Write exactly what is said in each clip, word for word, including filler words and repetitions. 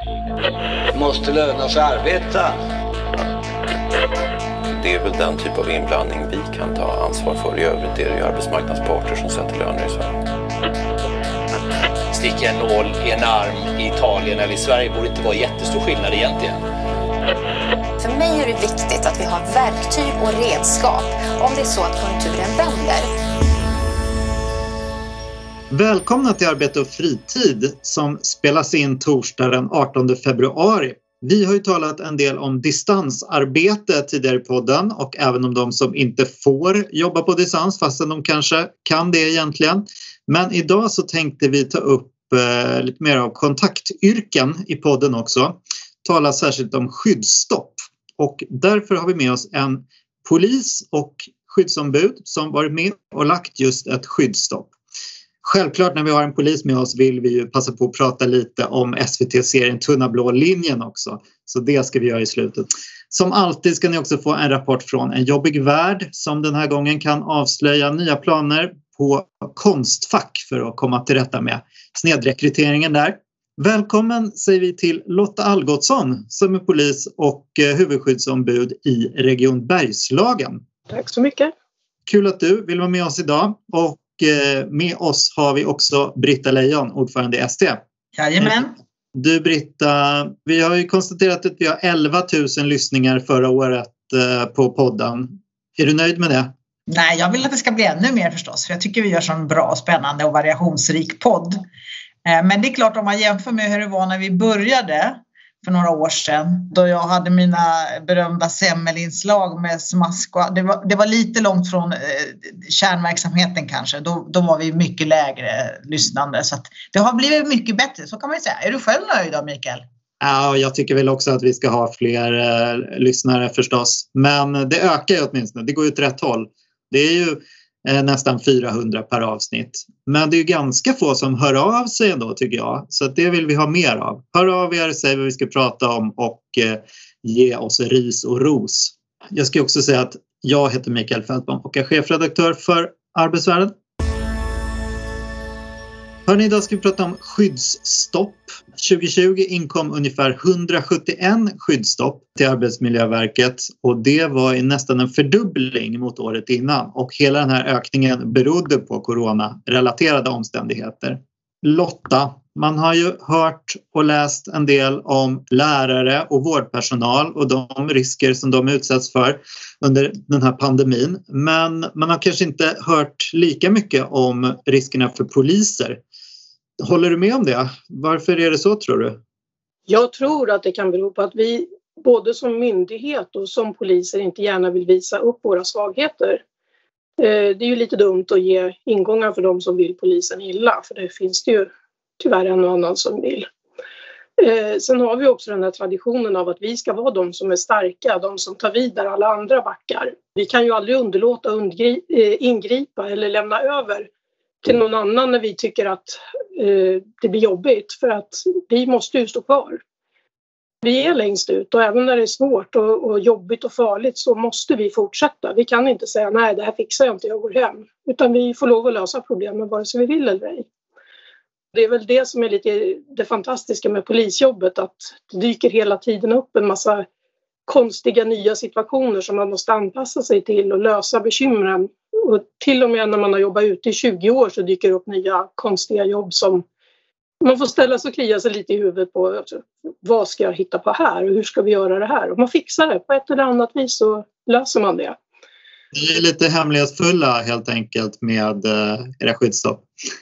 Måste löna sig arbeta. Det är väl den typ av inblandning vi kan ta ansvar för. I övrigt är det ju arbetsmarknadsparter som sätter löner i Sverige. Sticka en nål i en arm i Italien eller i Sverige borde inte vara jättestor skillnad egentligen. För mig är det viktigt att vi har verktyg och redskap om det är så att konjunkturen vänder. Välkomna till Arbete och fritid som spelas in torsdag den artonde februari. Vi har ju talat en del om distansarbete tidigare i podden och även om de som inte får jobba på distans fastän de kanske kan det egentligen. Men idag så tänkte vi ta upp eh, lite mer av kontaktyrken i podden också. Tala särskilt om skyddsstopp och därför har vi med oss en polis och skyddsombud som varit med och lagt just ett skyddsstopp. Självklart när vi har en polis med oss vill vi ju passa på att prata lite om S V T-serien Tunna blå linjen också. Så det ska vi göra i slutet. Som alltid ska ni också få en rapport från En jobbig värld som den här gången kan avslöja nya planer på Konstfack för att komma till rätta med snedrekryteringen där. Välkommen säger vi till Lotta Algotsson som är polis och huvudskyddsombud i Region Bergslagen. Tack så mycket. Kul att du vill vara med oss idag och med oss har vi också Britta Lejon, ordförande i S T. Jajamän. Du Britta, vi har ju konstaterat att vi har elva tusen lyssningar förra året på podden. Är du nöjd med det? Nej, jag vill att det ska bli ännu mer förstås. För jag tycker vi gör så en bra, spännande och variationsrik podd. Men det är klart om man jämför med hur det var när vi började för några år sedan. Då jag hade mina berömda semmelinslag med smask. Och det, var, det var lite långt från eh, kärnverksamheten kanske. Då, då var vi mycket lägre lyssnande. Så att det har blivit mycket bättre, så kan man ju säga. Är du själv nöjd då, Mikael? Ja, jag tycker väl också att vi ska ha fler eh, lyssnare förstås. Men det ökar ju åtminstone. Det går ju åt rätt håll. Det är ju eh, nästan fyrahundra per avsnitt. Men det är ju ganska få som hör av sig ändå tycker jag. Så att det vill vi ha mer av. Hör av er, säg vad vi ska prata om och eh, ge oss ris och ros. Jag ska också säga att jag heter Mikael Fältbom och är chefredaktör för Arbetsvärlden. Hörrni, idag ska vi prata om skyddsstopp. tjugo tjugo inkom ungefär hundrasjuttioett skyddsstopp till Arbetsmiljöverket och det var i nästan en fördubbling mot året innan. Och hela den här ökningen berodde på coronarelaterade omständigheter. Lotta, man har ju hört och läst en del om lärare och vårdpersonal och de risker som de utsätts för under den här pandemin. Men man har kanske inte hört lika mycket om riskerna för poliser. Håller du med om det? Varför är det så tror du? Jag tror att det kan bero på att vi både som myndighet och som poliser inte gärna vill visa upp våra svagheter. Det är ju lite dumt att ge ingångar för de som vill polisen illa. För det finns det ju tyvärr en och annan som vill. Sen har vi också den här traditionen av att vi ska vara de som är starka. De som tar vid där alla andra backar. Vi kan ju aldrig underlåta att ingripa eller lämna över till någon annan när vi tycker att eh, det blir jobbigt. För att vi måste ju stå kvar. Vi är längst ut och även när det är svårt och, och jobbigt och farligt så måste vi fortsätta. Vi kan inte säga nej, det här fixar jag inte, jag går hem. Utan vi får lov att lösa problemen vare sig vi vill eller ej. Det är väl det som är lite det fantastiska med polisjobbet. Att det dyker hela tiden upp en massa konstiga nya situationer som man måste anpassa sig till och lösa bekymren. Och till och med när man har jobbat ute i tjugo år så dyker det upp nya konstiga jobb som man får ställa sig och klia sig lite i huvudet på. Alltså, vad ska jag hitta på här och hur ska vi göra det här? Och man fixar det på ett eller annat vis så löser man det. Det är lite hemlighetsfulla helt enkelt med eh, era skyddsstopp.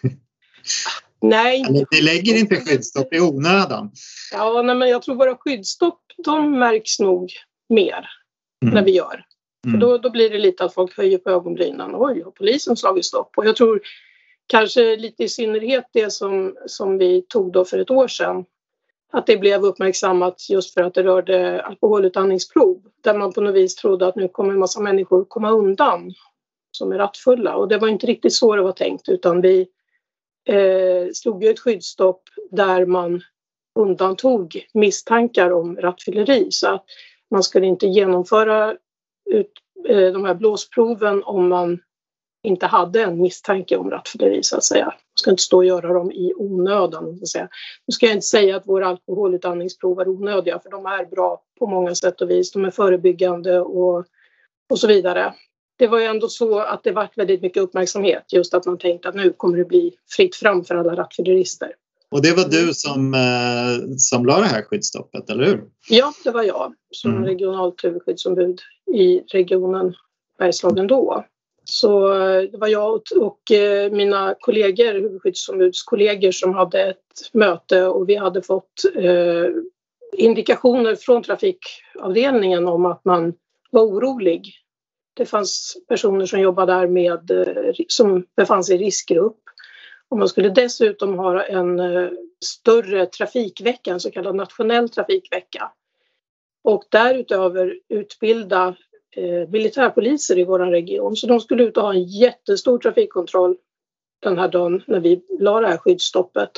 Nej. Ni lägger inte skyddsstopp i onödan. Ja, nej, men jag tror våra skyddsstopp de märks nog mer mm. när vi gör. Mm. För då, då blir det lite att folk höjer på ögonbrynen. Oj, har polisen slagit stopp? Och jag tror kanske lite i synnerhet det som, som vi tog då för ett år sedan. Att det blev uppmärksammat just för att det rörde alkoholutandningsprov. Där man på något vis trodde att nu kommer en massa människor komma undan som är rattfulla. Och det var inte riktigt så det var tänkt utan vi eh, slog ju ett skyddsstopp där man undantog misstankar om rattfylleri. Så att man skulle inte genomföra ut, eh, de här blåsproven om man inte hade en misstanke om rattfylleri så att säga. Man ska inte stå och göra dem i onödan. Så att säga. Nu ska jag inte säga att våra alkoholutandningsprov är onödiga, för de är bra på många sätt och vis. De är förebyggande och, och så vidare. Det var ju ändå så att det var väldigt mycket uppmärksamhet, just att man tänkte att nu kommer det bli fritt fram för alla rattfyllerister. Och det var du som, eh, som la det här skyddsstoppet, eller hur? Ja, det var jag som mm. regionalt huvudskyddsombud i regionen Bergslagen då. Så det var jag och, och eh, mina kollegor, huvudskyddsombudskollegor, som hade ett möte, och vi hade fått eh, indikationer från trafikavdelningen om att man var orolig. Det fanns personer som jobbade där med, som befann sig i riskgrupp. Och man skulle dessutom ha en större trafikvecka, en så kallad nationell trafikvecka. Och därutöver utbilda eh, militärpoliser i vår region. Så de skulle ut och ha en jättestor trafikkontroll den här dagen när vi la det här skyddsstoppet.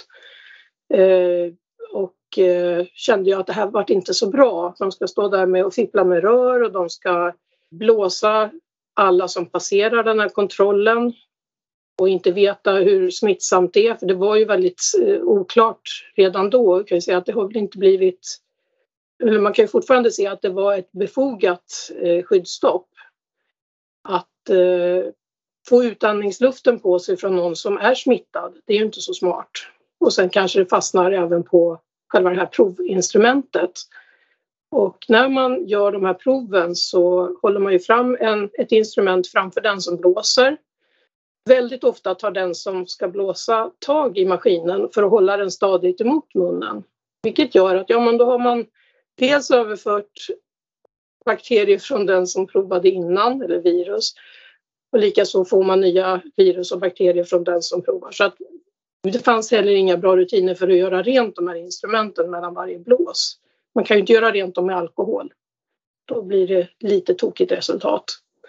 Eh, och eh, kände jag att det här var inte så bra. De ska stå där med och fippla med rör, och de ska blåsa alla som passerar den här kontrollen och inte veta hur smittsamt det är, för det var ju väldigt eh, oklart redan då. Kan jag säga att det har väl inte blivit, eller man kan ju fortfarande se att det var ett befogat eh, skyddsstopp. Att eh, få utandningsluften på sig från någon som är smittad, det är ju inte så smart. Och sen kanske det fastnar även på själva det här provinstrumentet. Och när man gör de här proven så håller man ju fram en, ett instrument framför den som blåser. Väldigt ofta tar den som ska blåsa tag i maskinen för att hålla den stadigt emot munnen. Vilket gör att ja, men då har man dels överfört bakterier från den som provade innan, eller virus. Och likaså får man nya virus och bakterier från den som provar. Så att det fanns heller inga bra rutiner för att göra rent de här instrumenten mellan varje blås. Man kan ju inte göra rent dem med alkohol. Då blir det lite tokigt resultat.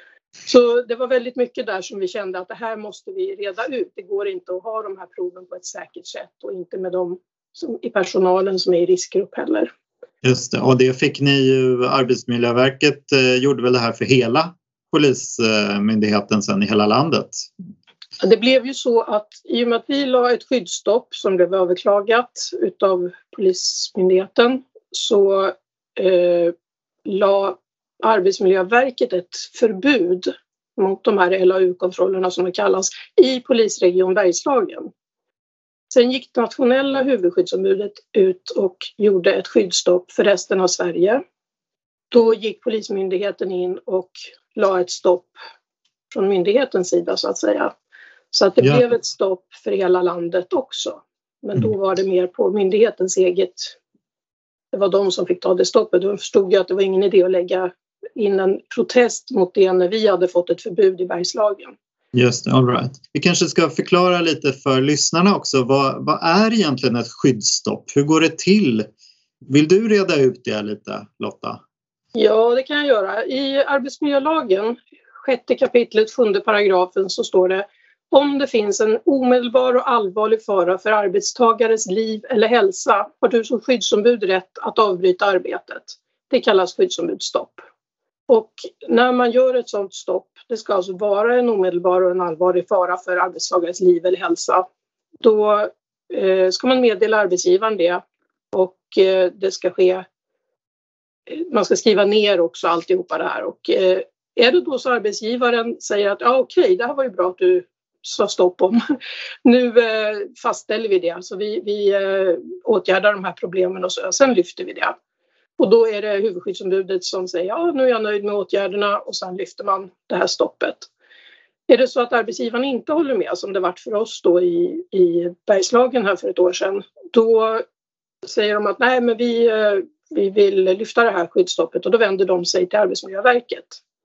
Så det var väldigt mycket där som vi kände att det här måste vi reda ut. Det går inte att ha de här proven på ett säkert sätt, och inte med de som, i personalen som är i riskgrupp heller. Just det, och det fick ni ju, Arbetsmiljöverket eh, gjorde väl det här för hela polismyndigheten sen i hela landet? Det blev ju så att i och med att vi la ett skyddsstopp som blev överklagat utav polismyndigheten, så eh, la Arbetsmiljöverket ett förbud mot de här L A U-kontrollerna som det kallas i polisregion Bergslagen. Sen gick nationella huvudskyddsombudet ut och gjorde ett skyddsstopp för resten av Sverige. Då gick polismyndigheten in och la ett stopp från myndighetens sida så att säga. Så att det ja. blev ett stopp för hela landet också. Men då var det mer på myndighetens eget. Det var de som fick ta det stoppet. De förstod ju att det var ingen idé att lägga in en protest mot det när vi hade fått ett förbud i Bergslagen. Just det, all right. Vi kanske ska förklara lite för lyssnarna också. Vad, vad är egentligen ett skyddsstopp? Hur går det till? Vill du reda ut det lite, Lotta? Ja, det kan jag göra. I arbetsmiljölagen, sjätte kapitlet, sjunde paragrafen, så står det: om det finns en omedelbar och allvarlig fara för arbetstagares liv eller hälsa har du som skyddsombud rätt att avbryta arbetet. Det kallas skyddsombudsstopp. Och när man gör ett sådant stopp, det ska alltså vara en omedelbar och en allvarlig fara för arbetstagares liv eller hälsa, då eh, ska man meddela arbetsgivaren det, och eh, det ska ske, man ska skriva ner också alltihopa det här. Och eh, är det då så arbetsgivaren säger att ja okej, det här var ju bra att du sa stopp om. Nu eh, fastställer vi det. Alltså vi, vi eh, åtgärdar de här problemen och så, sen lyfter vi det. Och då är det huvudskyddsombudet som säger ja, nu är jag nöjd med åtgärderna, och sen lyfter man det här stoppet. Är det så att arbetsgivaren inte håller med, som det varit för oss då i, i Bergslagen här för ett år sedan, då säger de att nej, men vi, eh, vi vill lyfta det här skyddsstoppet, och då vänder de sig till Arbetsmiljöverket.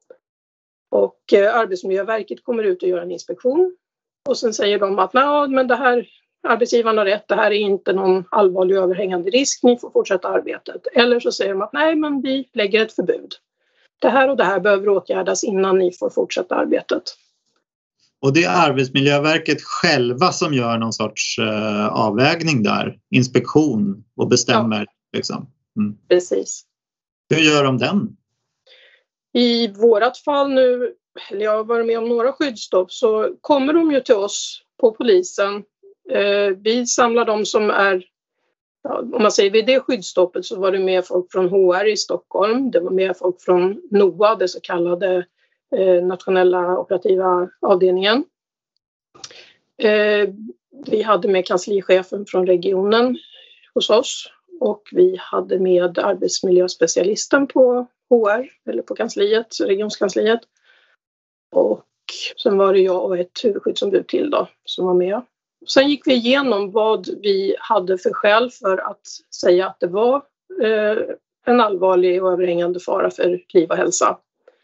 Och eh, Arbetsmiljöverket kommer ut och gör en inspektion. Och sen säger de att nej, men det här, arbetsgivaren har rätt, det här är inte någon allvarlig överhängande risk, ni får fortsätta arbetet. Eller så säger de att nej, men vi lägger ett förbud. Det här och det här behöver åtgärdas innan ni får fortsätta arbetet. Och det är Arbetsmiljöverket själva som gör någon sorts uh, avvägning där, inspektion, och bestämmer. Ja. Liksom. Mm. Precis. Hur gör de den? I vårat fall nu eller jag har varit med om några skyddsstopp, så kommer de ju till oss på polisen. Eh, vi samlar de som är, ja, om man säger vid det skyddsstoppet så var det med folk från H R i Stockholm. Det var med folk från NOA, det så kallade eh, nationella operativa avdelningen. Eh, vi hade med kanslichefen från regionen hos oss. Och vi hade med arbetsmiljöspecialisten på H R, eller på kansliet, regionskansliet. Och sen var det jag och ett huvudskyddsombud till då, som var med. Sen gick vi igenom vad vi hade för skäl för att säga att det var eh, en allvarlig och överhängande fara för liv och hälsa.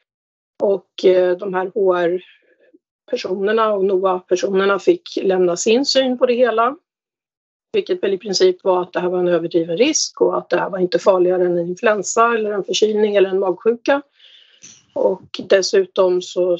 Och eh, de här H R-personerna och NOA-personerna fick lämna sin syn på det hela. Vilket väl i princip var att det här var en överdriven risk och att det här var inte farligare än en influensa eller en förkylning eller en magsjuka. Och dessutom så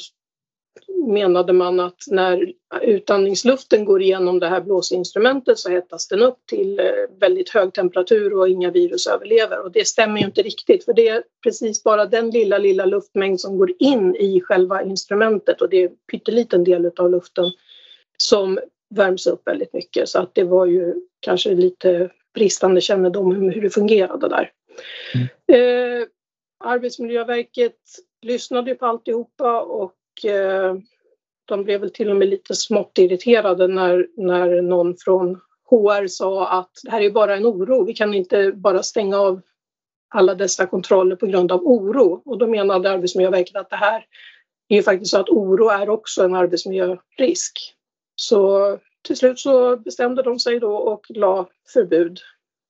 menade man att när utandningsluften går igenom det här blåsinstrumentet så hettas den upp till väldigt hög temperatur och inga virus överlever. Och det stämmer ju inte riktigt, för det är precis bara den lilla, lilla luftmängd som går in i själva instrumentet, och det är en pytteliten del av luften som värms upp väldigt mycket. Så att det var ju kanske lite bristande kännedom om hur det fungerade där. Mm. Eh, Arbetsmiljöverket lyssnade på alltihopa och eh, de blev väl till och med lite smått irriterade när, när någon från H R sa att det här är bara en oro. Vi kan inte bara stänga av alla dessa kontroller på grund av oro. Och då menade Arbetsmiljöverket att det här är ju faktiskt så att oro är också en arbetsmiljörisk. Så till slut så bestämde de sig då och la förbud.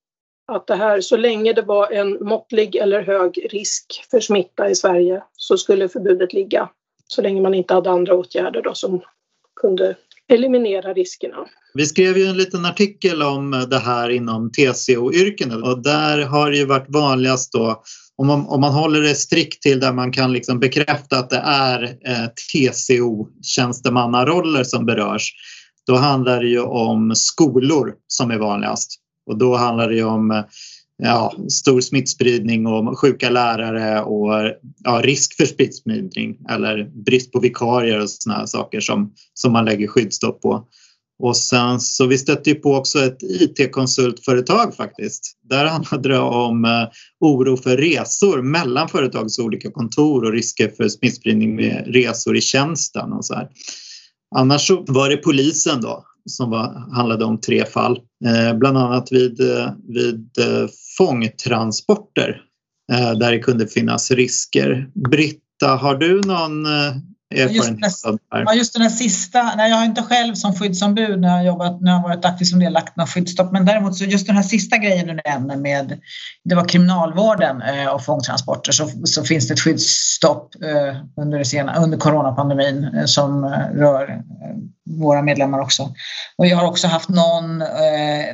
Att det här, så länge det var en måttlig eller hög risk för smitta i Sverige så skulle förbudet ligga. Så länge man inte hade andra åtgärder då som kunde eliminera riskerna. Vi skrev ju en liten artikel om det här inom T C O-yrken, och där har det ju varit vanligast då, om man, om man håller det strikt till där man kan liksom bekräfta att det är eh, T C O-tjänstemannaroller som berörs, då handlar det ju om skolor som är vanligast. Och då handlar det ju om ja, stor smittspridning och sjuka lärare och ja, risk för smittspridning eller brist på vikarier och såna här saker som, som man lägger skyddsstopp på. Och sen så vi stötte ju på också ett I T-konsultföretag faktiskt. Där handlade det om eh, oro för resor mellan företags olika kontor och risker för smittspridning med resor i tjänsten och så här. Annars så var det polisen då som var, handlade om tre fall. Eh, bland annat vid, vid eh, fångtransporter eh, där det kunde finnas risker. Britta, har du någon eh, erfarenhet just av det här? Ja, just den här sista. Nej, jag har inte själv som skyddsombud när jag jobbat, när jag varit aktiv som delaktig med skyddsstopp. Men däremot så just den här sista grejen du nämnde med, det var kriminalvården eh, och fångtransporter, så, så finns det ett skyddsstopp eh, under, det sena, under coronapandemin eh, som eh, rör eh, våra medlemmar också. Och jag har också haft någon eh,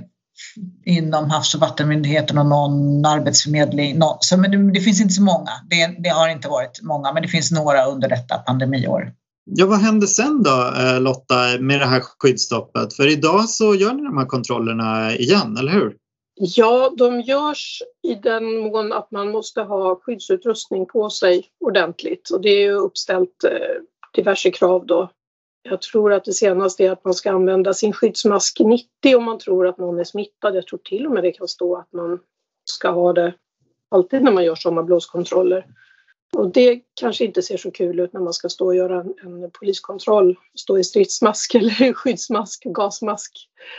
inom Havs- och vattenmyndigheten och någon arbetsförmedling. No, så, men det, det finns inte så många. Det, det har inte varit många, men det finns några under detta pandemiår. Ja, vad hände sen då, Lotta, med det här skyddsstoppet? För idag så gör ni de här kontrollerna igen, eller hur? Ja, de görs i den mån att man måste ha skyddsutrustning på sig ordentligt. Och det är ju uppställt eh, diverse krav då. Jag tror att det senaste är att man ska använda sin skyddsmask nittio om man tror att någon är smittad. Jag tror till och med det kan stå att man ska ha det alltid när man gör sådana blåskontroller. Och det kanske inte ser så kul ut när man ska stå och göra en, en poliskontroll. Stå i stridsmask eller skyddsmask, gasmask.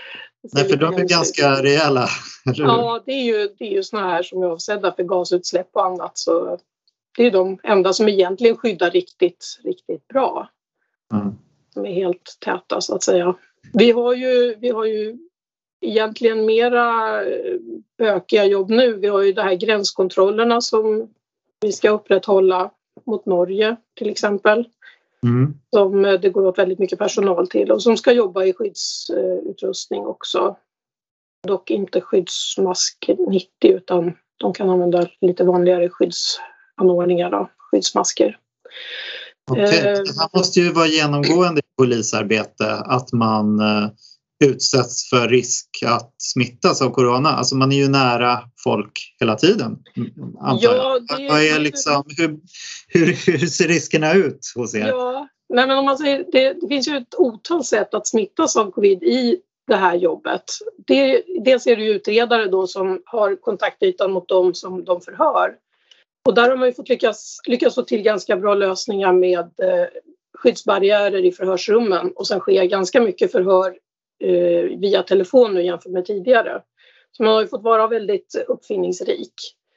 Nej, för de är ganska ut. rejäla. Eller? Ja, det är ju, det är ju såna här som är avsedda för gasutsläpp och annat. Så det är de enda som egentligen skyddar riktigt, riktigt bra. Mm. Som är helt täta så att säga. Vi har ju, vi har ju egentligen mera bökiga jobb nu. Vi har ju de här gränskontrollerna som vi ska upprätthålla mot Norge till exempel. Mm. Som det går åt väldigt mycket personal till och som ska jobba i skyddsutrustning också. Dock inte skyddsmask nittio utan de kan använda lite vanligare skyddsanordningar då, skyddsmasker. Okay. Det här måste ju vara genomgående i polisarbete att man utsätts för risk att smittas av corona? Alltså man är ju nära folk hela tiden, antar ja, jag. det, Vad är liksom, hur, hur, hur ser riskerna ut hos er? Ja, nej, men om man säger, det, det finns ju ett otal sätt att smittas av covid i det här jobbet. Det, dels är det ju utredare då som har kontaktytan mot dem som de förhör. Och där har man ju fått lyckas, lyckas få till ganska bra lösningar med eh, skyddsbarriärer i förhörsrummen. Och sen sker ganska mycket förhör eh, via telefon nu jämfört med tidigare. Så man har ju fått vara väldigt uppfinningsrik.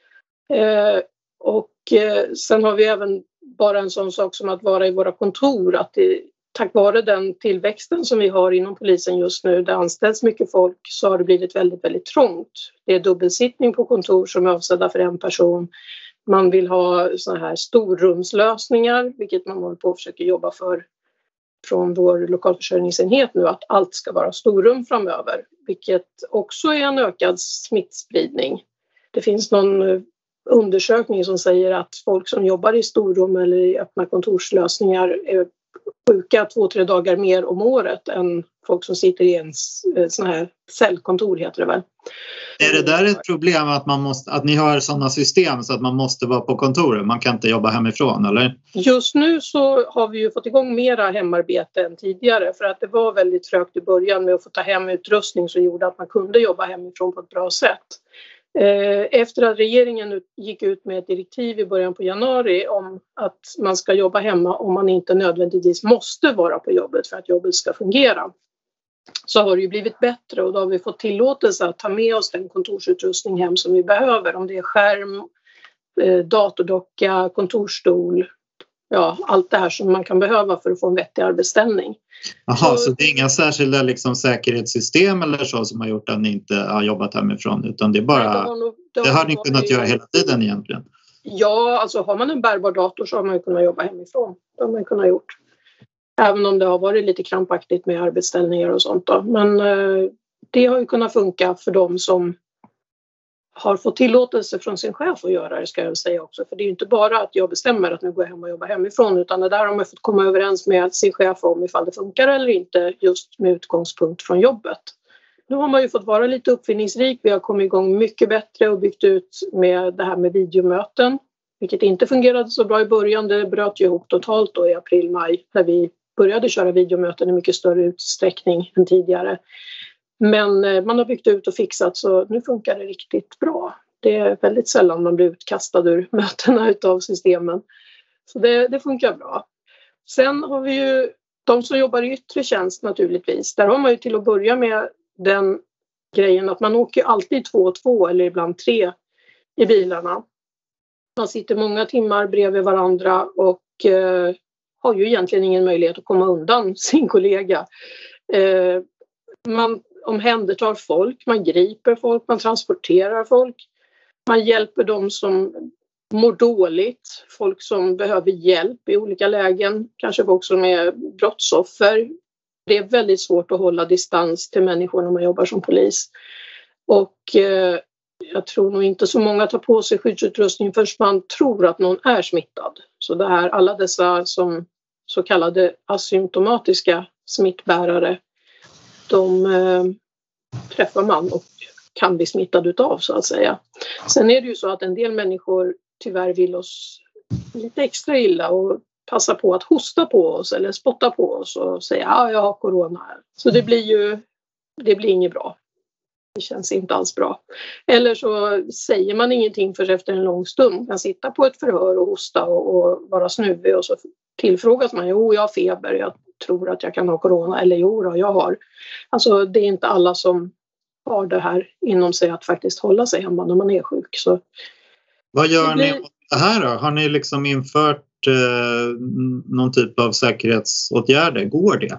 Eh, och eh, sen har vi även bara en sån sak som att vara i våra kontor. Att det, tack vare den tillväxten som vi har inom polisen just nu, det anställs mycket folk, så har det blivit väldigt, väldigt trångt. Det är dubbelsittning på kontor som är avsedda för en person. Man vill ha såna här storrumslösningar, vilket man håller på att försöka jobba för från vår lokalförsörjningsenhet nu, att allt ska vara storrum framöver, vilket också är en ökad smittspridning. Det finns någon undersökning som säger att folk som jobbar i storrum eller i öppna kontorslösningar är sjuka två, tre dagar mer om året än folk som sitter i en sån här cellkontor, heter det väl. Är det där ett problem att, man måste, att ni har sådana system så att man måste vara på kontoret? Man kan inte jobba hemifrån, eller? Just nu så har vi ju fått igång mera hemarbete än tidigare, för att det var väldigt trögt i början med att få ta hem utrustning som gjorde att man kunde jobba hemifrån på ett bra sätt. Efter att regeringen gick ut med ett direktiv i början på januari om att man ska jobba hemma om man inte nödvändigtvis måste vara på jobbet för att jobbet ska fungera, så har det ju blivit bättre, och då har vi fått tillåtelse att ta med oss den kontorsutrustning hem som vi behöver. Om det är skärm, datordocka, kontorstol, ja, allt det här som man kan behöva för att få en vettig arbetsställning. Jaha, så, så det är inga särskilda liksom, säkerhetssystem eller så som har gjort att ni inte har jobbat hemifrån, utan det är bara, nej, det har, nog, det har, det har ni kunnat göra hela tiden egentligen? Ja, alltså har man en bärbar dator så har man ju kunnat jobba hemifrån. Det har man kunnat gjort. Även om det har varit lite krampaktigt med arbetsställningar och sånt då. Men eh, det har ju kunnat funka för dem som har fått tillåtelse från sin chef att göra det, ska jag säga också. För det är ju inte bara att jag bestämmer att nu går jag hem och jobbar hemifrån, utan det där har man fått komma överens med sin chef om ifall det funkar eller inte, just med utgångspunkt från jobbet. Nu har man ju fått vara lite uppfinningsrik. Vi har kommit igång mycket bättre och byggt ut med det här med videomöten, vilket inte fungerade så bra i början. Det bröt ju ihop totalt då i april-maj när vi började köra videomöten i mycket större utsträckning än tidigare. Men man har byggt ut och fixat, så nu funkar det riktigt bra. Det är väldigt sällan man blir utkastad ur mötena utav systemen. Så det, det funkar bra. Sen har vi ju de som jobbar i yttre tjänst naturligtvis. Där har man ju till att börja med den grejen att man åker alltid två och två eller ibland tre i bilarna. Man sitter många timmar bredvid varandra och eh, har ju egentligen ingen möjlighet att komma undan sin kollega. Eh, man omhändertar folk, man griper folk, man transporterar folk. Man hjälper dem som mår dåligt, folk som behöver hjälp i olika lägen, kanske folk som är brottsoffer. Det är väldigt svårt att hålla distans till människor när man jobbar som polis. Och eh, jag tror nog inte så många tar på sig skyddsutrustning förrän man tror att någon är smittad. Så det här, alla dessa som så kallade asymptomatiska smittbärare, de eh, träffar man och kan bli smittad utav, så att säga. Sen är det ju så att en del människor tyvärr vill oss lite extra illa och passa på att hosta på oss eller spotta på oss och säga att ah, jag har corona här. Så det blir ju det blir inget bra. Det känns inte alls bra. Eller så säger man ingenting för efter en lång stund. Man kan sitta på ett förhör och hosta och, och vara snuvig, och så tillfrågas man, jo jag har feber, jag tror att jag kan ha corona, eller jo då, jag har. Alltså det är inte alla som har det här inom sig att faktiskt hålla sig hemma när man är sjuk. Så vad gör det blir... ni åt det här då? Har ni liksom infört eh, någon typ av säkerhetsåtgärder? Går det?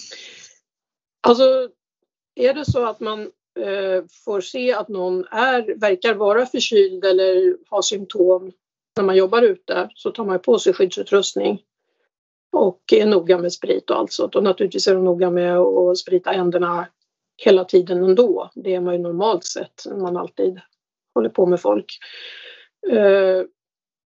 Alltså är det så att man eh, får se att någon är, verkar vara förkyld eller har symptom när man jobbar ute, så tar man på sig skyddsutrustning och är noga med sprit och allt sånt. Och naturligtvis är de noga med att sprita händerna hela tiden ändå. Det är man ju normalt sett när man alltid håller på med folk.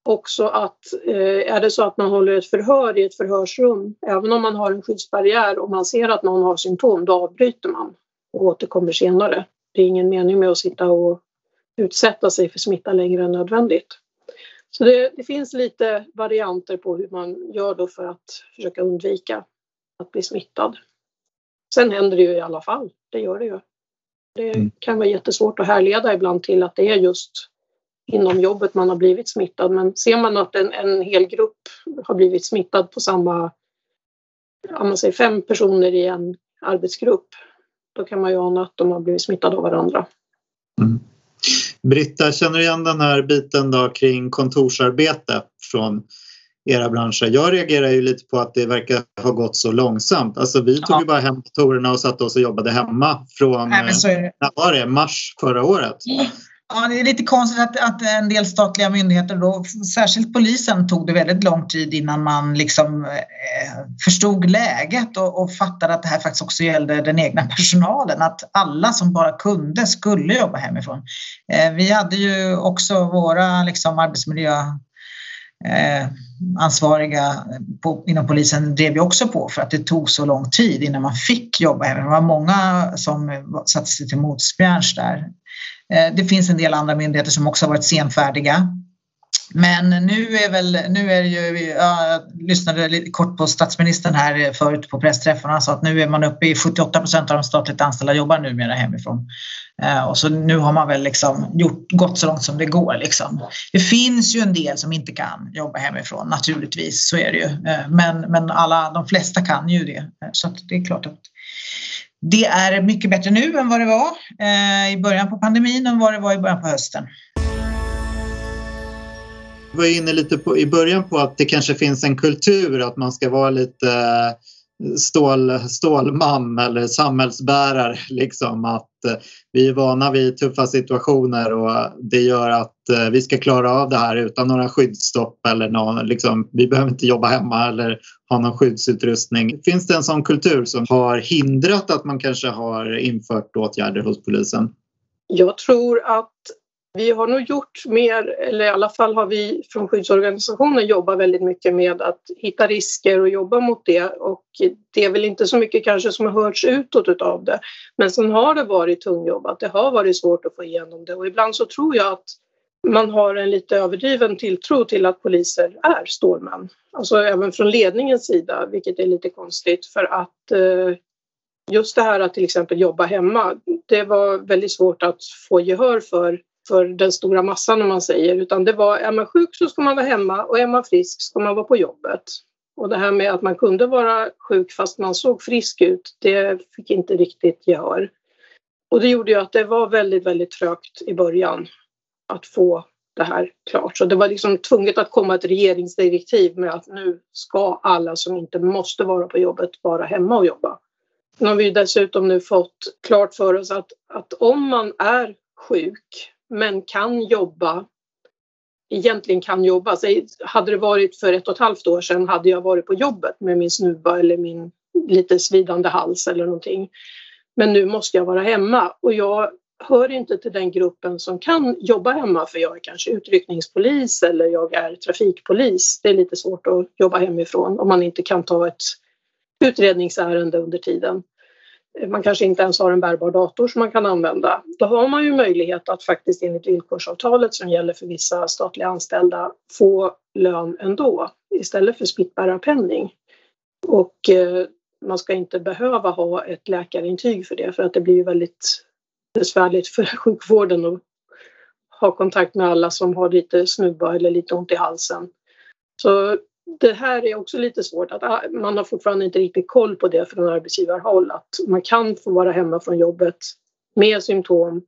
också att eh, är det så att man håller ett förhör i ett förhörsrum, även om man har en skyddsbarriär och man ser att någon har symptom, då avbryter man och återkommer senare. Det är ingen mening med att sitta och utsätta sig för smitta längre än nödvändigt. Så det, det finns lite varianter på hur man gör då för att försöka undvika att bli smittad. Sen händer det ju i alla fall, det gör det ju. Det kan vara jättesvårt att härleda ibland till att det är just inom jobbet man har blivit smittad. Men ser man att en, en hel grupp har blivit smittad på samma, om man säger fem personer i en arbetsgrupp, då kan man ju ana att de har blivit smittade av varandra. Mm. Britta, känner du igen den här biten då kring kontorsarbete från era branscher? Jag reagerar ju lite på att det verkar ha gått så långsamt. Alltså vi tog ja. ju bara hem kontorerna och satt oss och jobbade hemma från Nej, men så är det. När var det? Mars förra året. Ja, det är lite konstigt att, att en del statliga myndigheter då, särskilt polisen, tog det väldigt lång tid innan man liksom eh, förstod läget och, och fattade att det här faktiskt också gällde den egna personalen. Att alla som bara kunde skulle jobba hemifrån. Eh, vi hade ju också våra liksom, arbetsmiljö eh, ansvariga på, inom polisen drev ju också på för att det tog så lång tid innan man fick jobba hemifrån. Det var många som satte sig till motspjärns där. Det finns en del andra myndigheter som också har varit senfärdiga. Men nu är väl, nu är det ju, jag lyssnade lite kort på statsministern här förut på pressträffarna, så att nu är man uppe i sjuttioåtta procent av de statligt anställda jobbar numera hemifrån. Och så nu har man väl liksom gjort, gått så långt som det går liksom. Det finns ju en del som inte kan jobba hemifrån, naturligtvis, så är det ju. Men, men alla, de flesta kan ju det. Så att det är klart att det är mycket bättre nu än vad det var eh, i början på pandemin än vad det var i början på hösten. Jag var inne lite på, i början på att det kanske finns en kultur att man ska vara lite stål, stålman eller samhällsbärare. Liksom, att vi är vana vid tuffa situationer och det gör att vi ska klara av det här utan några skyddsstopp eller någon, liksom, vi behöver inte jobba hemma eller ha någon skyddsutrustning. Finns det en sån kultur som har hindrat att man kanske har infört åtgärder hos polisen? Jag tror att vi har nog gjort mer, eller i alla fall har vi från skyddsorganisationen jobbat väldigt mycket med att hitta risker och jobba mot det. Och det är väl inte så mycket kanske som har hörts utåt av det. Men sen har det varit tungjobbat, det har varit svårt att få igenom det. Och ibland så tror jag att man har en lite överdriven tilltro till att poliser är stålmän. Alltså även från ledningens sida, vilket är lite konstigt. För att eh, just det här att till exempel jobba hemma, det var väldigt svårt att få gehör för. för den stora massan om man säger, utan det var, är man sjuk så ska man vara hemma och är man frisk ska man vara på jobbet. Och det här med att man kunde vara sjuk fast man såg frisk ut, det fick inte riktigt gehör. Och det gjorde ju att det var väldigt, väldigt trögt i början att få det här klart. Så det var liksom tvunget att komma ett regeringsdirektiv med att nu ska alla som inte måste vara på jobbet vara hemma och jobba. Nu har vi dessutom nu fått klart för oss att, att om man är sjuk men kan jobba, egentligen kan jobba. Så hade det varit för ett och ett halvt år sedan hade jag varit på jobbet med min snuva eller min lite svidande hals eller någonting. Men nu måste jag vara hemma och jag hör inte till den gruppen som kan jobba hemma, för jag är kanske utryckningspolis eller jag är trafikpolis. Det är lite svårt att jobba hemifrån om man inte kan ta ett utredningsärende under tiden. Man kanske inte ens har en bärbar dator som man kan använda. Då har man ju möjlighet att faktiskt enligt villkorsavtalet som gäller för vissa statliga anställda få lön ändå istället för smittbärarpenning. Och eh, man ska inte behöva ha ett läkarintyg för det, för att det blir ju väldigt besvärligt för sjukvården att ha kontakt med alla som har lite snubba eller lite ont i halsen. Så det här är också lite svårt, att man har fortfarande inte riktigt koll på det från arbetsgivarhåll, att man kan få vara hemma från jobbet med symptom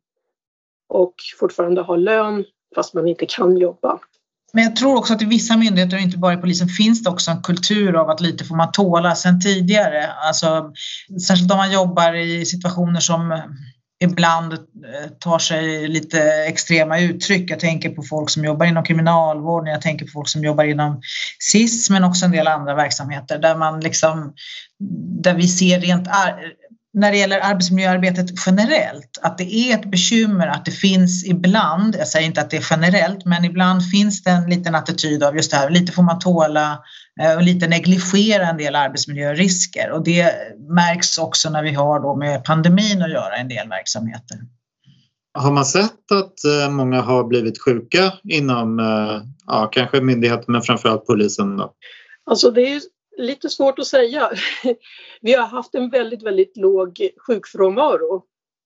och fortfarande ha lön fast man inte kan jobba. Men jag tror också att i vissa myndigheter och inte bara i polisen finns det också en kultur av att lite får man tåla sen tidigare. Alltså, särskilt om man jobbar i situationer som ibland tar sig lite extrema uttryck. Jag tänker på folk som jobbar inom kriminalvården, jag tänker på folk som jobbar inom S I S, men också en del andra verksamheter där man liksom, där vi ser rent ar- när det gäller arbetsmiljöarbetet generellt, att det är ett bekymmer att det finns ibland, jag säger inte att det är generellt, men ibland finns det en liten attityd av just det här, lite får man tåla och lite negligera en del arbetsmiljörisker, och det märks också när vi har då med pandemin att göra en del verksamheter. Har man sett att många har blivit sjuka inom ja, kanske myndigheten men framförallt polisen då? Alltså det är lite svårt att säga. Vi har haft en väldigt, väldigt låg sjukfrånvaro.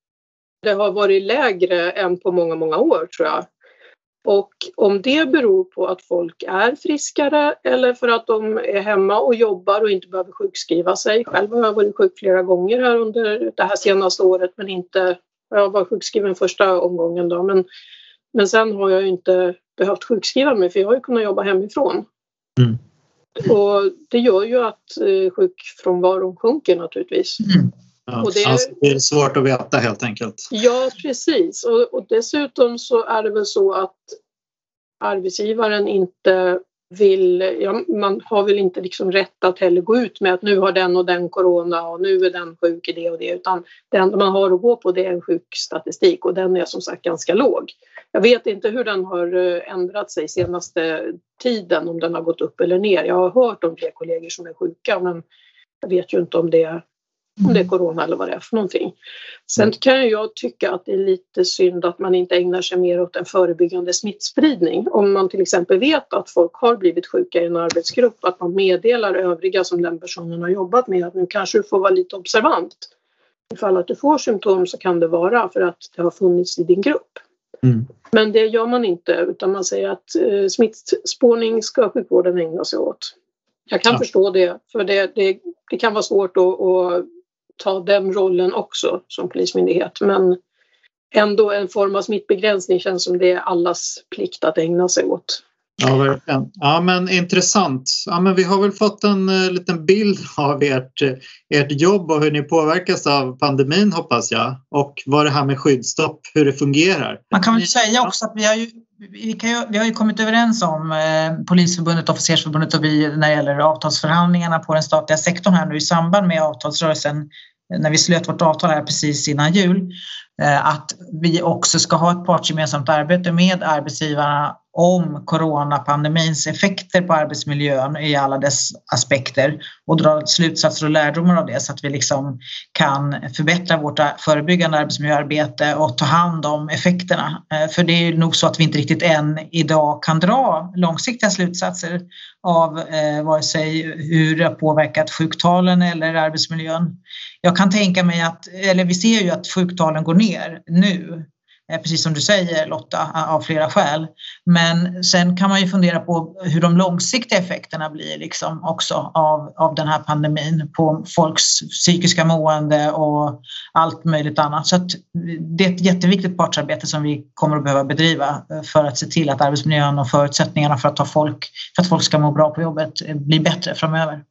Det har varit lägre än på många, många år tror jag. Och om det beror på att folk är friskare eller för att de är hemma och jobbar och inte behöver sjukskriva sig. Själv har jag varit sjuk flera gånger här under det här senaste året, men inte, jag var sjukskriven första omgången då. Men, men sen har jag inte behövt sjukskriva mig för jag har ju kunnat jobba hemifrån. Mm. Och det gör ju att eh, sjukfrånvaron sjunker naturligtvis. Mm. Ja, och det, alltså det är svårt att veta helt enkelt. Ja, precis. Och, och dessutom så är det väl så att arbetsgivaren inte vill, ja, man har väl inte liksom rätt att heller gå ut med att nu har den och den corona och nu är den sjuk i det och det, utan det enda man har att gå på det är en sjukstatistik och den är som sagt ganska låg. Jag vet inte hur den har ändrat sig senaste tiden, om den har gått upp eller ner. Jag har hört om fler kollegor som är sjuka, men jag vet ju inte om det, om det är corona eller vad det är för någonting. Sen kan jag tycka att det är lite synd att man inte ägnar sig mer åt en förebyggande smittspridning. Om man till exempel vet att folk har blivit sjuka i en arbetsgrupp, att man meddelar övriga som den personen har jobbat med att nu kanske du får vara lite observant. Ifall att du får symptom så kan det vara för att det har funnits i din grupp. Mm. Men det gör man inte, utan man säger att eh, smittspårning ska sjukvården ägna sig åt. Jag kan ja. förstå det, för det, det, det kan vara svårt att, att ta den rollen också som polismyndighet. Men ändå en form av smittbegränsning känns som det är allas plikt att ägna sig åt. Ja, verkligen. Ja, men intressant. Ja, men vi har väl fått en uh, liten bild av ert, ert jobb och hur ni påverkas av pandemin, hoppas jag. Och vad det här med skyddsstopp, hur det fungerar. Man kan väl säga också att vi har ju, vi kan ju, vi har ju kommit överens om eh, Polisförbundet, Officersförbundet och vi när det gäller avtalsförhandlingarna på den statliga sektorn här nu i samband med avtalsrörelsen, när vi slöt vårt avtal här precis innan jul, att vi också ska ha ett partsgemensamt arbete med arbetsgivarna om coronapandemins effekter på arbetsmiljön i alla dess aspekter och dra slutsatser och lärdomar av det så att vi liksom kan förbättra vårt förebyggande arbetsmiljöarbete och ta hand om effekterna. För det är nog så att vi inte riktigt än idag kan dra långsiktiga slutsatser av eh, vare sig hur det har påverkat sjuktalen eller arbetsmiljön. Jag kan tänka mig att, eller vi ser ju att sjuktalen går ner nu, precis som du säger Lotta, av flera skäl. Men sen kan man ju fundera på hur de långsiktiga effekterna blir liksom också av, av den här pandemin på folks psykiska mående och allt möjligt annat. Så att det är ett jätteviktigt partsarbete som vi kommer att behöva bedriva för att se till att arbetsmiljön och förutsättningarna för att, ta folk, för att folk ska må bra på jobbet blir bättre framöver.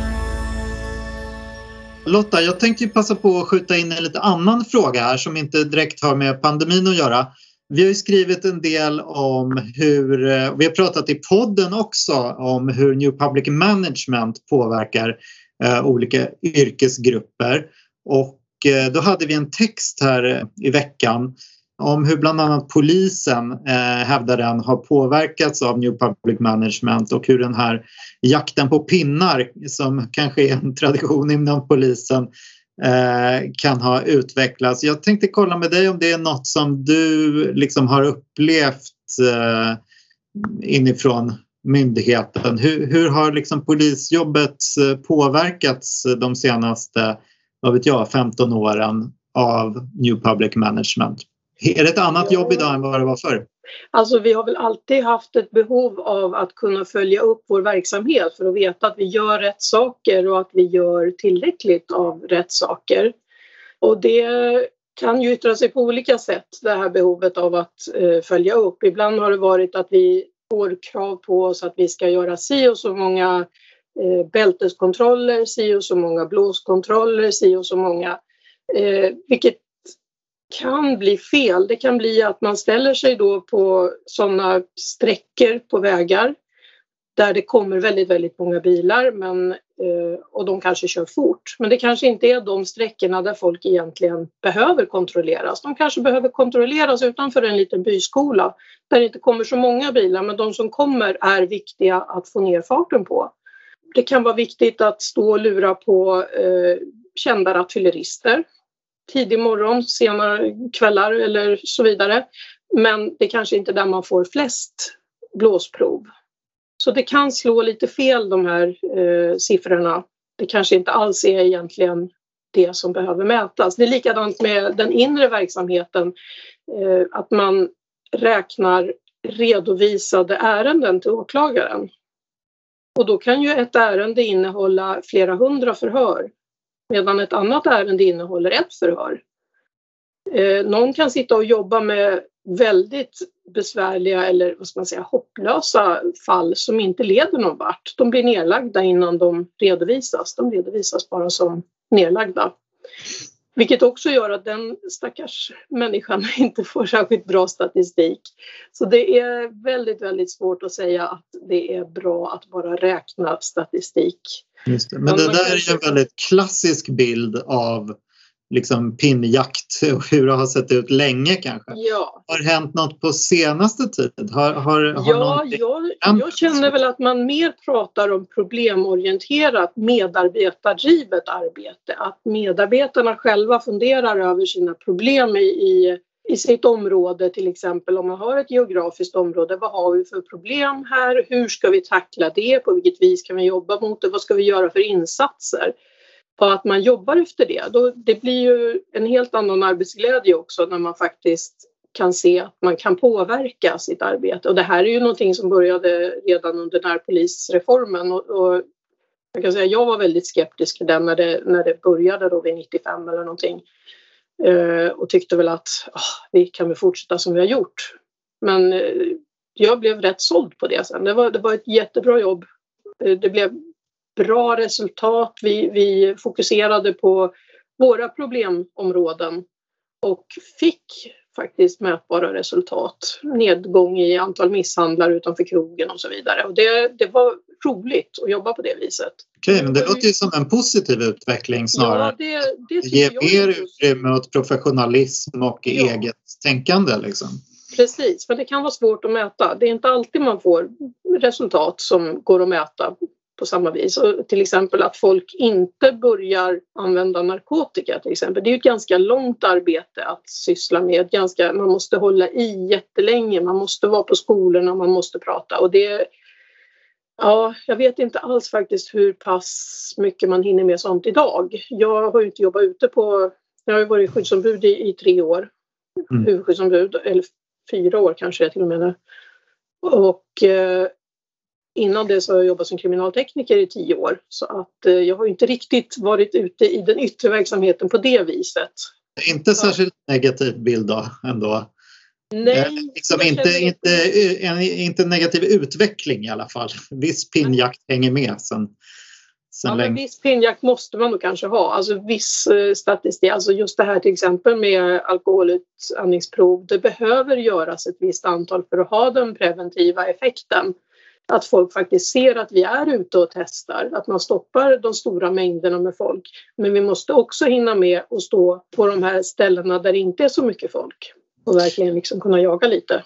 Lotta, jag tänkte ju passa på att skjuta in en lite annan fråga här som inte direkt har med pandemin att göra. Vi har ju skrivit en del om hur, vi har pratat i podden också om hur New Public Management påverkar eh, olika yrkesgrupper. Och eh, då hade vi en text här i veckan om hur bland annat polisen eh, hävdar den har påverkats av New Public Management och hur den här jakten på pinnar som kanske är en tradition inom polisen eh, kan ha utvecklats. Jag tänkte kolla med dig om det är något som du liksom har upplevt eh, inifrån myndigheten. Hur, hur har liksom polisjobbet påverkats de senaste, vad vet jag, femton åren av New Public Management? Är det ett annat jobb idag än vad det var förr? Alltså vi har väl alltid haft ett behov av att kunna följa upp vår verksamhet för att veta att vi gör rätt saker och att vi gör tillräckligt av rätt saker. Och det kan ju yttra sig på olika sätt, det här behovet av att eh, följa upp. Ibland har det varit att vi får krav på oss att vi ska göra si och så många eh, bälteskontroller, si och så många blåskontroller, si och så många, eh, vilket kan bli fel. Det kan bli att man ställer sig då på sådana sträckor på vägar där det kommer väldigt, väldigt många bilar, men och de kanske kör fort. Men det kanske inte är de sträckorna där folk egentligen behöver kontrolleras. De kanske behöver kontrolleras utanför en liten byskola där det inte kommer så många bilar, men de som kommer är viktiga att få ner farten på. Det kan vara viktigt att stå och lura på eh, kända rattfyllerister tidig morgon, sena kvällar eller så vidare. Men det kanske inte är där man får flest blåsprov. Så det kan slå lite fel, de här eh, siffrorna. Det kanske inte alls är egentligen det som behöver mätas. Det är likadant med den inre verksamheten. Eh, att man räknar redovisade ärenden till åklagaren. Och då kan ju ett ärende innehålla flera hundra förhör. Medan ett annat ärende innehåller ett förhör. Eh, någon kan sitta och jobba med väldigt besvärliga eller vad ska man säga, hopplösa fall som inte leder någon vart. De blir nedlagda innan de redovisas. De redovisas bara som nedlagda. Vilket också gör att den stackars människan inte får särskilt bra statistik. Så det är väldigt, väldigt svårt att säga att det är bra att bara räkna statistik. Just det. Men, Men det där kanske... är en väldigt klassisk bild av liksom pinnjakt och hur det har sett ut länge kanske. Ja. Har det hänt något på senaste tiden? Har, har, har ja, jag, jag känner väl att man mer pratar om problemorienterat medarbetardrivet arbete. Att medarbetarna själva funderar över sina problem i, i, i sitt område. Till exempel om man har ett geografiskt område. Vad har vi för problem här? Hur ska vi tackla det? På vilket vis kan vi jobba mot det? Vad ska vi göra för insatser? Och att man jobbar efter det. Då, det blir ju en helt annan arbetsglädje också när man faktiskt kan se att man kan påverka sitt arbete. Och det här är ju någonting som började redan under närpolisreformen. Och, och jag kan säga jag var väldigt skeptisk till den när det, när det började då vid nittiofem eller någonting. Eh, och tyckte väl att oh, vi kan väl fortsätta som vi har gjort. Men eh, jag blev rätt såld på det sen. Det var, det var ett jättebra jobb. Eh, det blev bra resultat. Vi, vi fokuserade på våra problemområden och fick faktiskt mätbara resultat. Nedgång i antal misshandlar utanför krogen och så vidare. Och det, det var roligt att jobba på det viset. Okej, men det låter ju som en positiv utveckling snarare. Ja, det, det Ge mer utrymme åt professionalism och ja. eget tänkande liksom. Precis, men det kan vara svårt att mäta. Det är inte alltid man får resultat som går att mäta på samma vis. Och till exempel att folk inte börjar använda narkotika till exempel. Det är ju ett ganska långt arbete att syssla med. Ganska, man måste hålla i jättelänge. Man måste vara på skolorna. Man måste prata. Och det, ja, jag vet inte alls faktiskt hur pass mycket man hinner med sånt idag. Jag har ju inte jobbat ute på... Jag har ju varit skyddsombud i, i tre år. Mm. Huvudskyddsombud. Eller fyra år kanske till och med. Och... Eh, Innan det så har jag jobbat som kriminaltekniker i tio år. Så att eh, jag har inte riktigt varit ute i den yttre verksamheten på det viset. Inte särskilt negativ bild då ändå. Nej. Eh, liksom inte, inte, en, inte negativ utveckling i alla fall. Viss pinnjakt hänger med sen, sen ja, länge. Men viss pinnjakt måste man nog kanske ha. Alltså viss eh, statistik. Alltså just det här till exempel med alkoholutandningsprov. Det behöver göras ett visst antal för att ha den preventiva effekten. Att folk faktiskt ser att vi är ute och testar. Att man stoppar de stora mängderna med folk. Men vi måste också hinna med att stå på de här ställena där det inte är så mycket folk. Och verkligen liksom kunna jaga lite.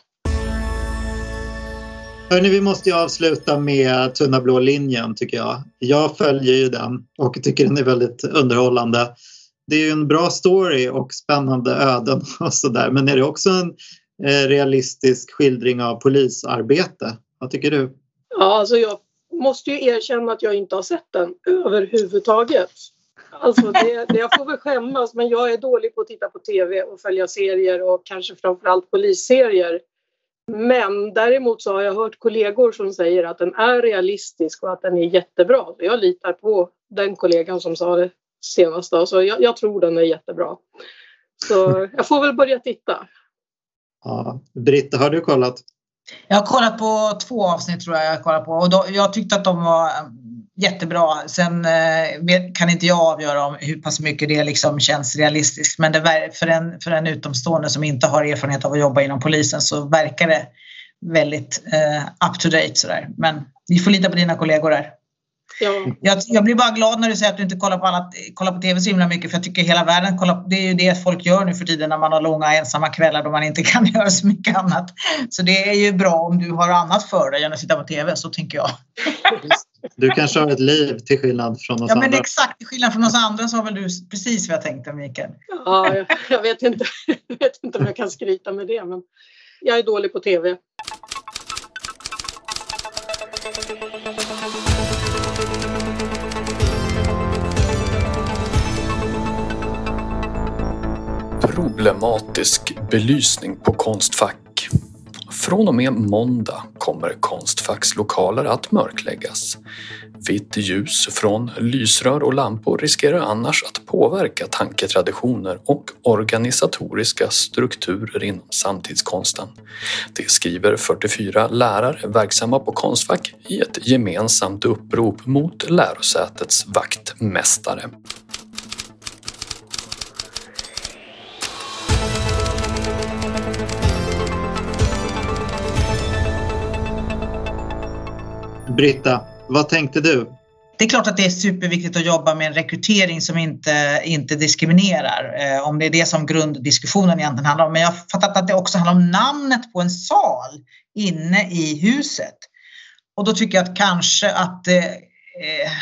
Hörrni, vi måste ju avsluta med Tunna blå linjen tycker jag. Jag följer ju den och tycker den är väldigt underhållande. Det är ju en bra story och spännande öden och sådär. Men är det också en eh, realistisk skildring av polisarbete? Vad tycker du? Ja, alltså jag måste ju erkänna att jag inte har sett den överhuvudtaget. Alltså det, det jag får väl skämmas, men jag är dålig på att titta på tv och följa serier och kanske framförallt polisserier. Men däremot så har jag hört kollegor som säger att den är realistisk och att den är jättebra. Jag litar på den kollegan som sa det senast. Så jag, jag tror den är jättebra. Så jag får väl börja titta. Ja, Britta, har du kollat? Jag har kollat på två avsnitt tror jag jag har kollat på. Och då, jag tyckte att de var jättebra. Sen eh, kan inte jag avgöra om hur pass mycket det liksom känns realistiskt. Men det, för, en, för en utomstående som inte har erfarenhet av att jobba inom polisen så verkar det väldigt eh, up to date sådär. Men vi får lita på dina kollegor där. Ja. Jag, jag blir bara glad när du säger att du inte kollar på, annat, kollar på tv så himla mycket, för jag tycker hela världen kollar, det är ju det folk gör nu för tiden när man har långa ensamma kvällar då man inte kan göra så mycket annat. Så det är ju bra om du har annat för dig än att sitta på tv, så tänker jag. Du kanske har ett liv till skillnad från oss ja, andra. Ja, men exakt, till skillnad från oss andra så har väl du precis vad jag tänkte, Mikael. Ja, jag, jag, vet inte, jag vet inte om jag kan skryta med det, men jag är dålig på tv. Problematisk belysning på Konstfack. Från och med måndag kommer Konstfacks lokaler att mörkläggas. Vitt ljus från lysrör och lampor riskerar annars att påverka tanketraditioner och organisatoriska strukturer inom samtidskonsten. Det skriver fyrtiofyra lärare verksamma på Konstfack i ett gemensamt upprop mot lärosätets vaktmästare. Britta, vad tänkte du? Det är klart att det är superviktigt att jobba med en rekrytering som inte, inte diskriminerar. Eh, om det är det som grunddiskussionen egentligen handlar om. Men jag har fattat att det också handlar om namnet på en sal inne i huset. Och då tycker jag att kanske att det eh,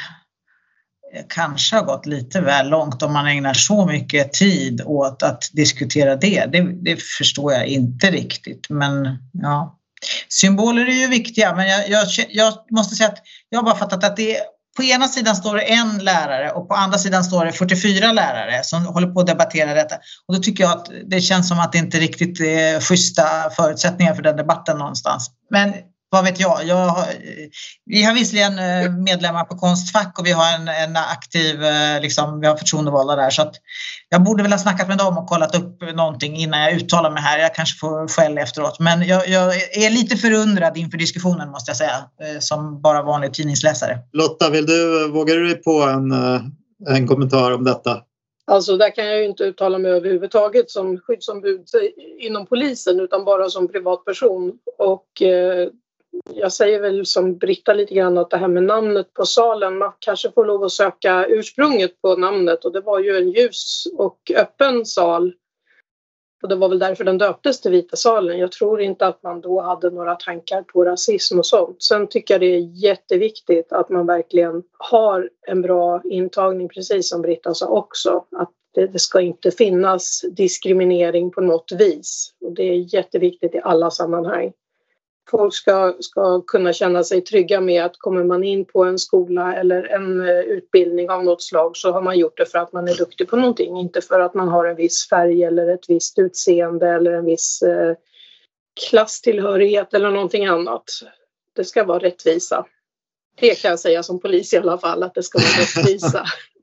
kanske har gått lite väl långt om man ägnar så mycket tid åt att diskutera det. Det, det förstår jag inte riktigt, men ja. Symboler är ju viktiga, men jag, jag, jag måste säga att jag har bara fattat att det är, på ena sidan står det en lärare och på andra sidan står det fyrtiofyra lärare som håller på att debattera detta. Och då tycker jag att det känns som att det inte riktigt är schyssta förutsättningar för den debatten någonstans. Men vad vet jag? jag har, vi har visserligen medlemmar på Konstfack och vi har en, en aktiv, liksom, vi har förtroendevalda där. Så att jag borde väl ha snackat med dem och kollat upp någonting innan jag uttalar mig här. Jag kanske får skäll efteråt. Men jag, jag är lite förundrad inför diskussionen, måste jag säga, som bara vanlig tidningsläsare. Lotta, vill du, vågar du dig på en, en kommentar om detta? Alltså där kan jag ju inte uttala mig överhuvudtaget som skyddsombud inom polisen, utan bara som privatperson. Och eh, jag säger väl som Britta lite grann att det här med namnet på salen, man kanske får lov att söka ursprunget på namnet, och det var ju en ljus och öppen sal. Och det var väl därför den döptes till Vita salen. Jag tror inte att man då hade några tankar på rasism och sånt. Sen tycker jag det är jätteviktigt att man verkligen har en bra intagning, precis som Britta sa också. Att det, det ska inte finnas diskriminering på något vis. Och det är jätteviktigt i alla sammanhang. Folk ska, ska kunna känna sig trygga med att kommer man in på en skola eller en utbildning av något slag, så har man gjort det för att man är duktig på någonting. Inte för att man har en viss färg eller ett visst utseende eller en viss eh, klasstillhörighet eller någonting annat. Det ska vara rättvisa. Det kan jag säga som polis i alla fall, att det ska vara rättvisa.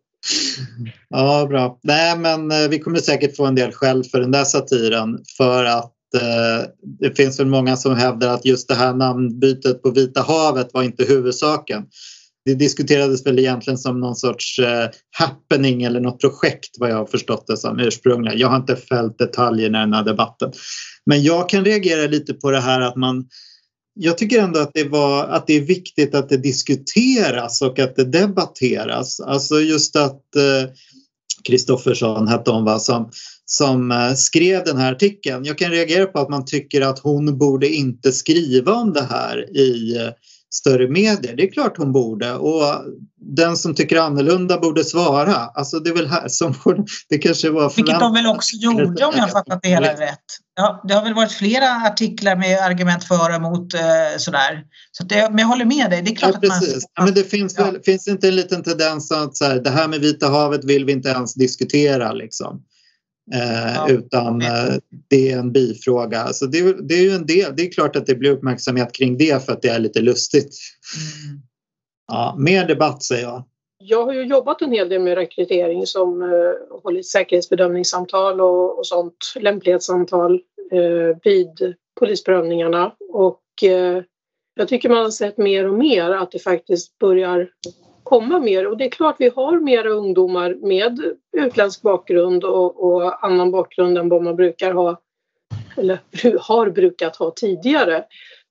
Ja, bra. Nej, men vi kommer säkert få en del skäll för den där satiren, för att det finns väl många som hävdar att just det här namnbytet på Vita havet var inte huvudsaken. Det diskuterades väl egentligen som någon sorts eh, happening eller något projekt, vad jag har förstått det som ursprungligen. Jag har inte följt detaljerna i den här debatten. Men jag kan reagera lite på det här att man... Jag tycker ändå att det, var, att det är viktigt att det diskuteras och att det debatteras. Alltså just att Kristoffersson eh, hette hon, va, som... som skrev den här artikeln. Jag kan reagera på att man tycker att hon borde inte skriva om det här i större medier. Det är klart hon borde. Och den som tycker annorlunda borde svara. Alltså det är väl här som hon, det kanske var förvänt- Vilket de väl också gjorde, om jag fattat det hela rätt. Ja, det har väl varit flera artiklar med argument för och emot eh, sådär. Så det, men jag håller med dig. Det är klart ja, att precis. man... Ja, men det finns, ja. väl, finns inte en liten tendens att så här, det här med Vita havet vill vi inte ens diskutera liksom. Eh, ja. Utan eh, det är en bifråga. Alltså det, det är ju en del. Det är klart att det blir uppmärksamhet kring det för att det är lite lustigt. Mm. Ja, mer debatt, säger jag. Jag har ju jobbat en hel del med rekrytering, som eh, hållit säkerhetsbedömningssamtal och, och sånt, lämplighetssamtal eh, vid polisprövningarna, och eh, jag tycker man har sett mer och mer att det faktiskt börjar komma mer, och det är klart vi har mera ungdomar med utländsk bakgrund och, och annan bakgrund än vad man brukar ha eller har brukat ha tidigare.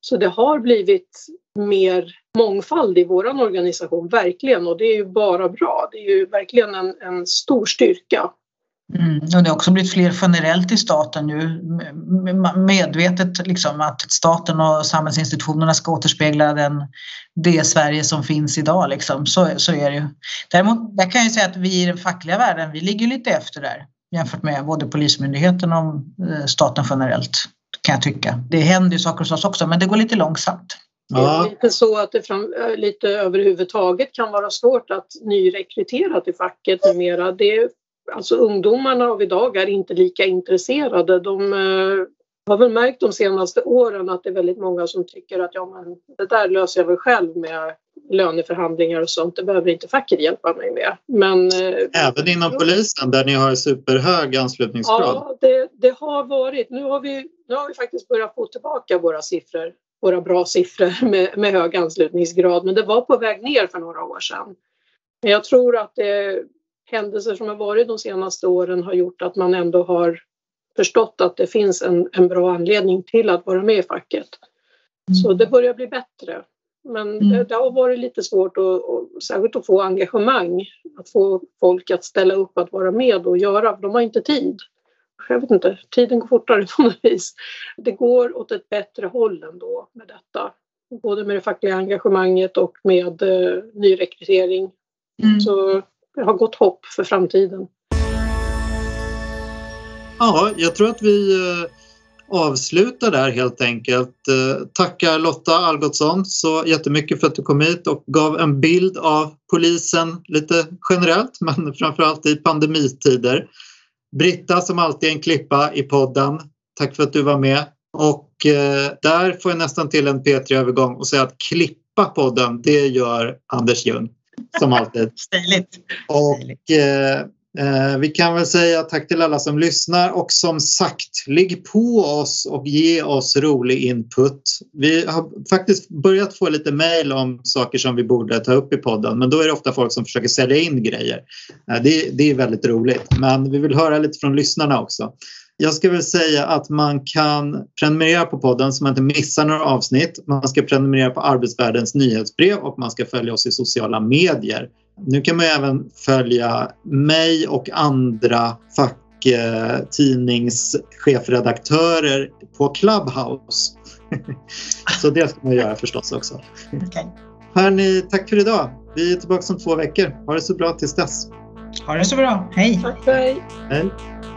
Så det har blivit mer mångfald i våran organisation, verkligen. Och det är ju bara bra. Det är ju verkligen en, en stor styrka. Mm, och det har också blivit fler generellt i staten nu, medvetet liksom att staten och samhällsinstitutionerna ska återspegla den, det Sverige som finns idag liksom. så, så är det ju. Däremot där kan jag säga att vi i den fackliga världen, vi ligger lite efter där jämfört med både Polismyndigheten och staten generellt, kan jag tycka. Det händer ju saker hos oss också, men det går lite långsamt. Ja. Det är lite så att det fram, lite överhuvudtaget kan vara svårt att nyrekrytera till facket numera. Det Alltså ungdomarna av idag är inte lika intresserade. De eh, har väl märkt de senaste åren att det är väldigt många som tycker att ja, men det där löser jag väl själv med löneförhandlingar och sånt. Det behöver inte facket hjälpa mig med. Men, eh, Även inom polisen där ni har superhög anslutningsgrad? Ja, det, det har varit. Nu har, vi, nu har vi faktiskt börjat få tillbaka våra siffror. Våra bra siffror med, med hög anslutningsgrad. Men det var på väg ner för några år sedan. Men jag tror att det händelser som har varit de senaste åren har gjort att man ändå har förstått att det finns en, en bra anledning till att vara med i facket. Mm. Så det börjar bli bättre. Men mm. det, det har varit lite svårt att, och, särskilt att få engagemang. Att få folk att ställa upp att vara med och göra. De har inte tid. Jag vet inte, tiden går fortare på något vis. Det går åt ett bättre håll ändå med detta. Både med det fackliga engagemanget och med eh, nyrekrytering. Mm. Så jag har gott hopp för framtiden. Ja, jag tror att vi avslutar där helt enkelt. Tackar Lotta Algotsson så jättemycket för att du kom hit och gav en bild av polisen lite generellt, men framförallt i pandemitider. Britta som alltid är en klippa i podden. Tack för att du var med. Och där får jag nästan till en P tre-övergång och säga att klippa podden, det gör Anders Ljung. Som alltid. Stiligt. Och eh, eh, vi kan väl säga tack till alla som lyssnar och som sagt, ligg på oss och ge oss rolig input. Vi har faktiskt börjat få lite mejl om saker som vi borde ta upp i podden, men då är det ofta folk som försöker sälja in grejer. Eh, det, det är väldigt roligt, men vi vill höra lite från lyssnarna också. Jag ska väl säga att man kan prenumerera på podden så man inte missar några avsnitt. Man ska prenumerera på Arbetsvärldens nyhetsbrev och man ska följa oss i sociala medier. Nu kan man även följa mig och andra facktidningschefredaktörer på Clubhouse. Så det ska man göra förstås också. Okay. Hörrni, tack för idag. Vi är tillbaka om två veckor. Ha det så bra tills dess. Ha det så bra. Hej. Tack, hej. Hej.